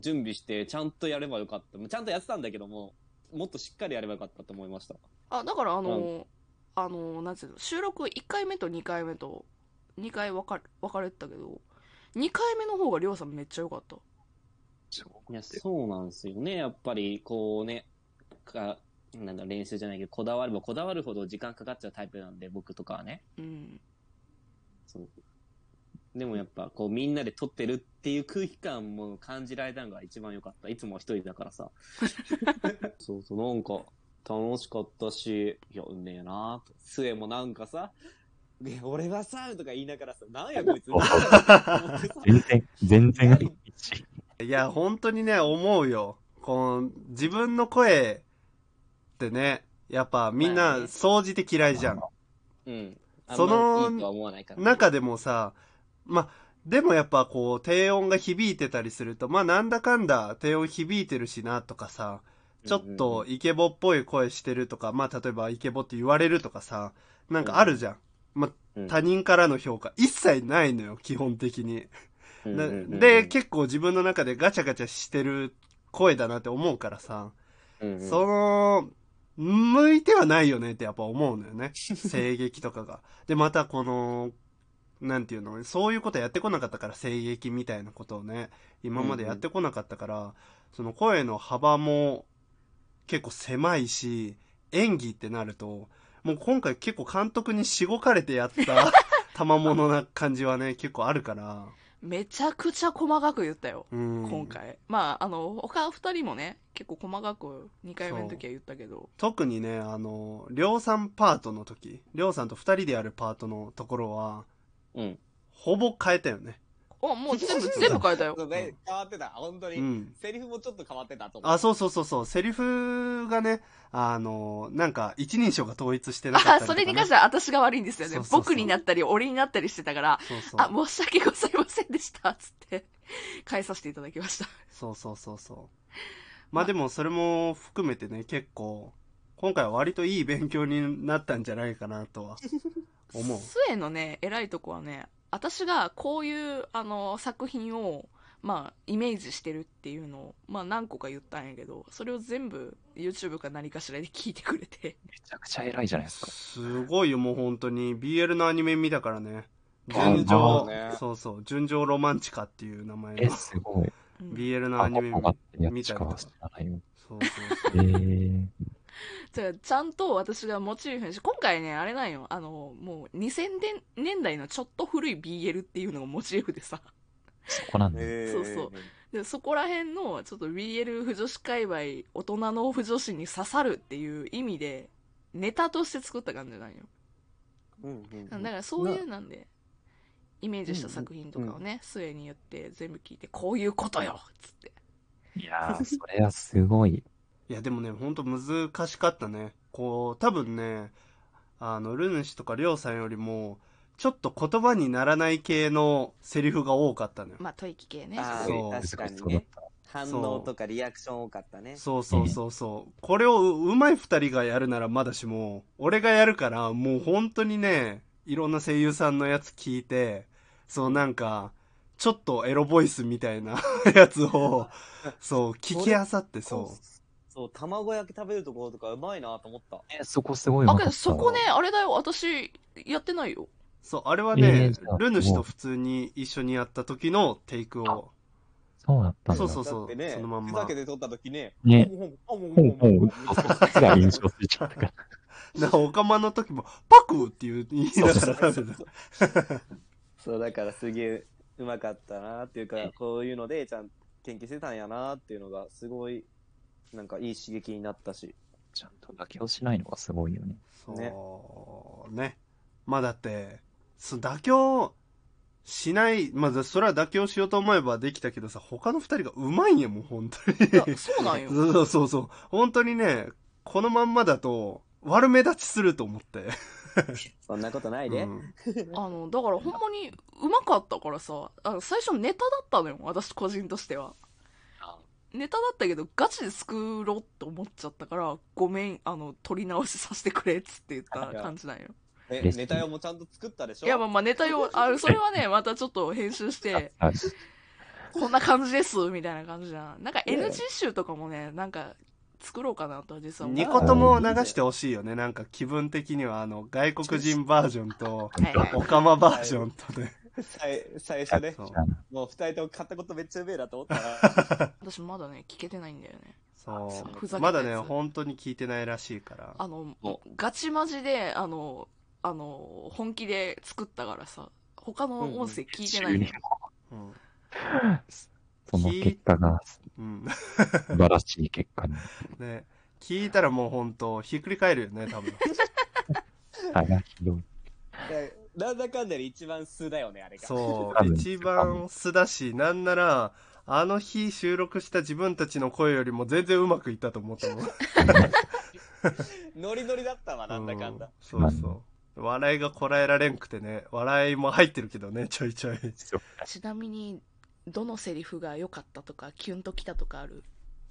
準備してちゃんとやればよかった。ちゃんとやってたんだけども、もっとしっかりやればよかったと思いました。 だからなんていうの、収録1回目と2回目と2回分かれてたけど、2回目の方がりょうさんめっちゃ良かった。 いや、そうなんですよね。やっぱり、こうね、なんだ、練習じゃないけど、こだわればこだわるほど時間かかっちゃうタイプなんで、僕とかはね。 うん。 そう。でもやっぱ、こう、みんなで撮ってるっていう空気感も感じられたのが一番良かった。いつも一人だからさ。そうそう、なんか、楽しかったし、いや、うんねえなと。末もなんかさ、俺はさ、とか言いながらさ、なんやこいつ。 全然。 いや、本当にね、思うよ。自分の声ってね、やっぱみんな、総じて嫌いじゃん。 うん。 その中でもさ、でもやっぱ低音が響いてたりすると、なんだかんだ低音響いてるしなとかさ、ちょっとイケボっぽい声してるとか、例えばイケボって言われるとかさ、なんかあるじゃん。他人からの評価一切ないのよ、基本的に。で、結構自分の中でガチャガチャしてる声だなって思うからさ、向いてはないよねってやっぱ思うのよね。声劇とかが。で、またなんていうの、そういうことやってこなかったから、声劇みたいなことをね、今までやってこなかったから、その声の幅も結構狭いし、演技ってなると、もう今回結構監督にしごかれてやった賜物な感じはね、結構あるから。 めちゃくちゃ細かく言ったよ、今回。他2人もね、結構細かく2回目の時は言ったけど。 特にね、りょうさんパートの時、りょうさんと2人でやるパートのところは、ほぼ変えたよね。 もう全部変えたよ。 変わってた、本当に。セリフもちょっと変わってたと思う。そう。セリフがね、なんか、一人称が統一してなかったりとか、ね。 それに関しては私が悪いんですよね。僕になったり、俺になったりしてたから、申し訳ございませんでした、つって、変えさせていただきました。 そう。でも、それも含めてね、結構、今回は割といい勉強になったんじゃないかなとは思う。 末のね、偉いとこはね、私がこういう作品をイメージしてるっていうのを何個か言ったんやけど、それを全部 YouTube か何かしらで聞いてくれて、 めちゃくちゃ偉いじゃないですか。 すごいよ、もう本当に BL のアニメ見たからね。純情、純情ロマンチカっていう名前のすごい BL のアニメ見たりとか。 ちゃんと私がモチーフにし、今回ね、あれなんよ、もう2000年代のちょっと古い BL っていうのがモチーフでさ。 そこなんだ。 そう。で、そこら辺の、ちょっと BL 不女子界隈、大人の不女子に刺さるっていう意味で、ネタとして作った感じなんよ。だからそういうなんで、イメージした作品とかをね、末に言って全部聞いて、こういうことよっつって。 いやー、それはすごい。 いやでもね、ほんと難しかったね。多分ね、ルヌシとかリョウさんよりも、ちょっと言葉にならない系のセリフが多かったのよ。 吐息系ね。 確かにね。反応とかリアクション多かったね。 そう。これを上手い二人がやるならまだしも、俺がやるから、もう本当にね、いろんな声優さんのやつ聞いて、なんか、ちょっとエロボイスみたいなやつを、聞きあさってそう、 卵焼き食べるところとかうまいなと思った。 そこすごいわかった。 そこね、あれだよ、私、やってないよ。 そう、あれはね、ルヌシと普通に一緒にやった時のテイクを。 そうだったんだ。 そう、 そのまんま。ふざけて撮った時ね。 ほう、すら印象ついちゃったから。 オカマの時も、パクって言いながら食べた。 そう、だからすげえうまかったなっていうか、こういうのでちゃんと研究してたんやなっていうのがすごいなんかいい刺激になったし、 ちゃんと妥協しないのがすごいよね。 そうね。だって妥協しない、それは妥協しようと思えばできたけどさ、他の二人がうまいんやもん、本当に。 そうなんよ。 そう。本当にね、このまんまだと悪目立ちすると思って。 そんなことないで。 だからほんまにうまかったからさ、最初ネタだったのよ、私個人としては。ネタだったけどガチで作ろうって思っちゃったから、ごめん、撮り直しさせてくれっつって言った感じなんよ。 ネタ用もちゃんと作ったでしょ。 いやネタ用、それはね、またちょっと編集してこんな感じですみたいな感じじゃん。なんか NG 集とかもね、なんか作ろうかなとは実は思う。 2個とも流してほしいよね。なんか気分的には外国人バージョンとオカマバージョンとね。 最初ね、もう2人とも買ったことめっちゃうめえなと思ったら。 私まだね、聞けてないんだよね。 そうまだね本当に聞いてないらしいから、 ガチマジで本気で作ったからさ、他の音声聞いてないの、 その結果が素晴らしい結果にね、聞いたらもう本当ひっくり返るよね多分。 差がひどい。 なんだかんだで一番素だよね、あれが。 そう一番素だし、なんならあの日収録した自分たちの声よりも全然うまくいったと思ったもん。 ノリノリだったわ、なんだかんだ。 そうそう。笑いがこらえられんくてね、笑いも入ってるけどね、ちょいちょい。 ちなみに、どのセリフが良かったとか、キュンときたとかある？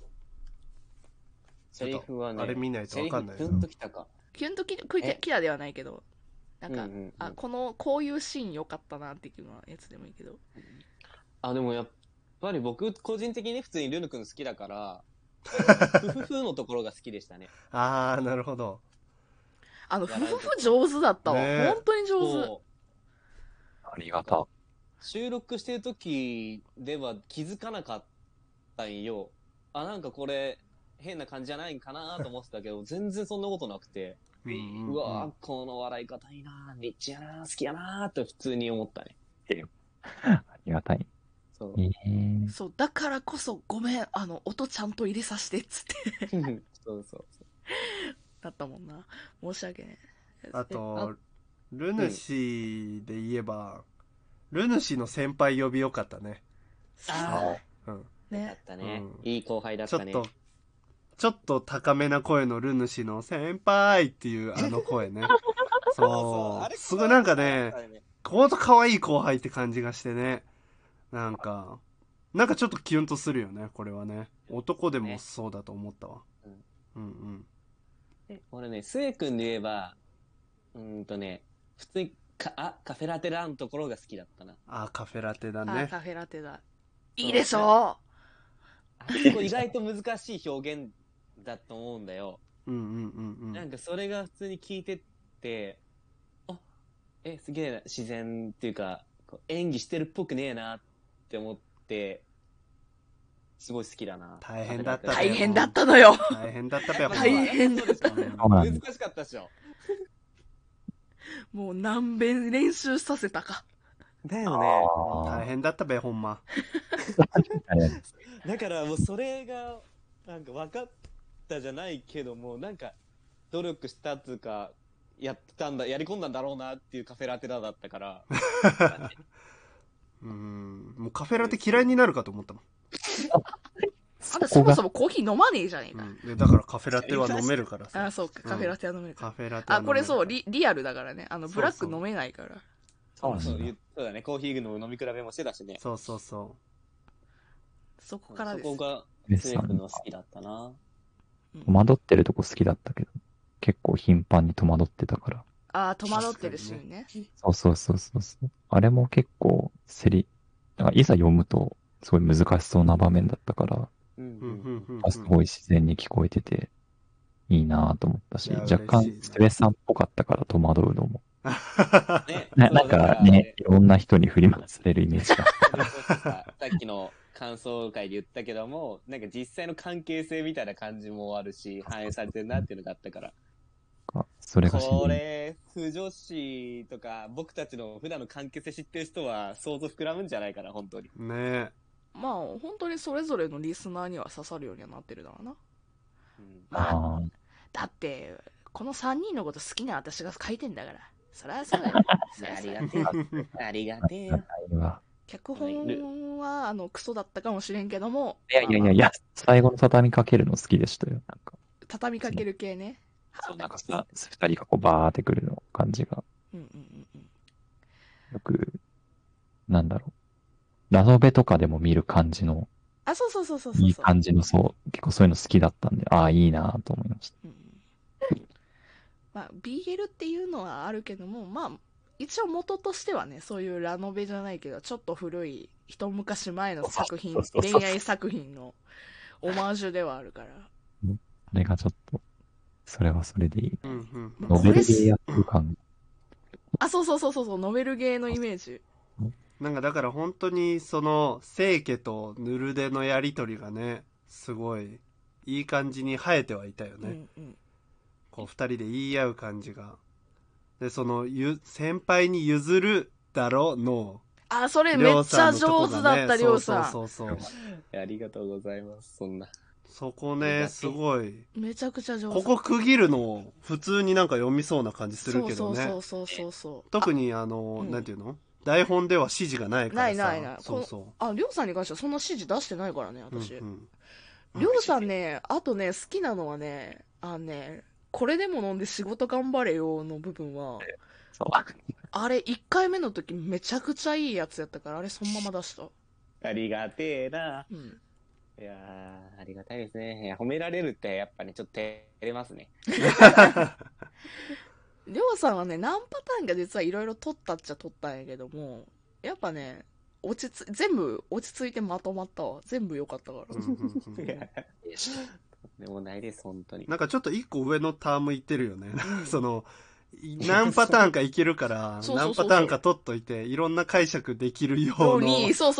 セリフはね、 あれ見ないとわかんない。 キュンときたか。 キュンときたではないけど、なんか、こういうシーン良かったなっていうのはやつでもいいけど。 でもやっぱり僕、個人的に普通にルヌ君好きだから、ふふふのところが好きでしたね。 あー、なるほど。 ふふふ上手だったわ。本当に上手。 ありがた。 収録してる時では気づかなかったんよ。なんかこれ変な感じじゃないんかなと思ってたけど、全然そんなことなくて、うわこの笑い方いいな、ニッチやな、好きやなって普通に思ったね。 ありがたい。 そう、だからこそごめん、音ちゃんと入れさせてっつって。 そう。 だったもんな。申し訳ねえ。 あと、ルヌシで言えば、ルヌシの先輩呼びよかったね。 ね。だったね。いい後輩だったね。 ちょっと高めな声のルヌシの先輩っていう声ね。そう。すごいなんかね、ほんと可愛い後輩って感じがしてね。なんかちょっとキュンとするよね、これはね。男でもそうだと思ったわ。 俺ね、スエ君で言えば、普通にカフェラテラのところが好きだったな。 カフェラテだね。 カフェラテだ。いいでしょう。意外と難しい表現だと思うんだよ。なんかそれが普通に聞いてって、すげえな、自然っていうか、演技してるっぽくねえなって思って、すごい好きだな。 大変だった。 大変だったのよ。 大変だったべ。 大変だった。 難しかったでしょ。 もう何遍練習させたか。 だよね。 大変だったべ、ほんま。 だからもうそれが、なんか分かったじゃないけども、なんか努力したっていうか、やり込んだんだろうなっていうカフェラテだったから。 もうカフェラテ嫌いになるかと思ったもん。 あんたそもそもコーヒー飲まねえじゃねえか。 だからカフェラテは飲めるからさ。 そうか、カフェラテは飲めるから。 カフェラテは飲める。 これそう、リアルだからね。ブラック飲めないから。 そうだね、コーヒーの飲み比べもしてたしね。 そう。 そこからです。 そこが、スエ君の好きだったな。 戸惑ってるとこ好きだったけど、結構頻繁に戸惑ってたから。 戸惑ってるシーンね。 そう。あれも結構、いざ読むと、すごい難しそうな場面だったから、すごい自然に聞こえてて、いいなと思ったし、若干、ステレさんっぽかったから戸惑うのも。なんかね、いろんな人に振り回されるイメージが。 さっきの感想会で言ったけども、なんか実際の関係性みたいな感じもあるし、反映されてるなっていうのがあったから。 それがこれ、不女子とか、僕たちの普段の関係性知ってる人は想像膨らむんじゃないかな、本当に。 ねまあ、本当にそれぞれのリスナーには刺さるようにはなってるだろうな。だって、この3人のこと好きな私が書いてんだから。そりゃそうだよ。 ありがてえ。ありがてえよ。 脚本は、クソだったかもしれんけども。 いや、最後の畳みかけるの好きでしたよ。なんか畳みかける系ね。 なんかさ、2人がこうバーってくるの感じが。よく、なんだろう。ラノベとかでも見る感じの。 そう。 いい感じの、結構そういうの好きだったんで、いいなと思いました。 まあ、BL っていうのはあるけども、まあ、 一応元としてはね、そういうラノベじゃないけど、ちょっと古い、一昔前の作品、恋愛作品のオマージュではあるから。 あれがちょっと、それはそれでいい。 ノベルゲーやってる感。 そう、ノベルゲーのイメージ。 なんかだから本当にその清家とヌルデのやりとりがね、すごいいい感じに生えてはいたよね。こう二人で言い合う感じが。で、その先輩に譲るだろの、 それめっちゃ上手だった、りょうさん。 そう。 ありがとうございます、そんな。 そこね、すごい。 めちゃくちゃ上手。 ここ区切るの、普通になんか読みそうな感じするけどね。 そう。 特になんていうの？台本では指示がないからさ。 ない。りょうさんに関してはそんな指示出してないからね、私。りょうさんね、あとね、好きなのはね、これでも飲んで仕事頑張れよの部分は、あれ1回目の時めちゃくちゃいいやつやったから、あれそのまま出した。 ありがてえな。いやー、ありがたいですね。いや、褒められるってやっぱね、ちょっと照れますね。 りょうさんはね、何パターンか実はいろいろ取ったっちゃ取ったんやけども、やっぱね、全部落ち着いてまとまったわ。全部良かったから。 でもないです、本当に。 なんかちょっと一個上のタームいってるよね。その、何パターンかいけるから、何パターンか取っといて、いろんな解釈できるように、 そう。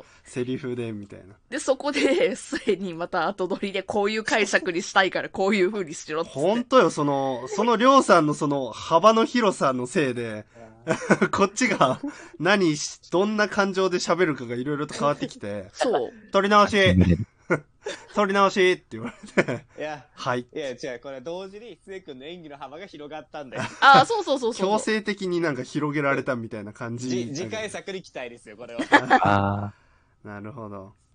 セリフで、みたいな。 で、そこで、末にまた後取りでこういう解釈にしたいから、こういう風にしろって。 本当よ、そのりょうさんのその幅の広さのせいで、こっちがどんな感情で喋るかがいろいろと変わってきて、 そう。 取り直しって言われて。 いや、 はい。 いや、違う、これ同時に、末くんの演技の幅が広がったんだよ。 そう。 強制的になんか広げられたみたいな感じ。 次回作に期待ですよ、これは。 なるほど。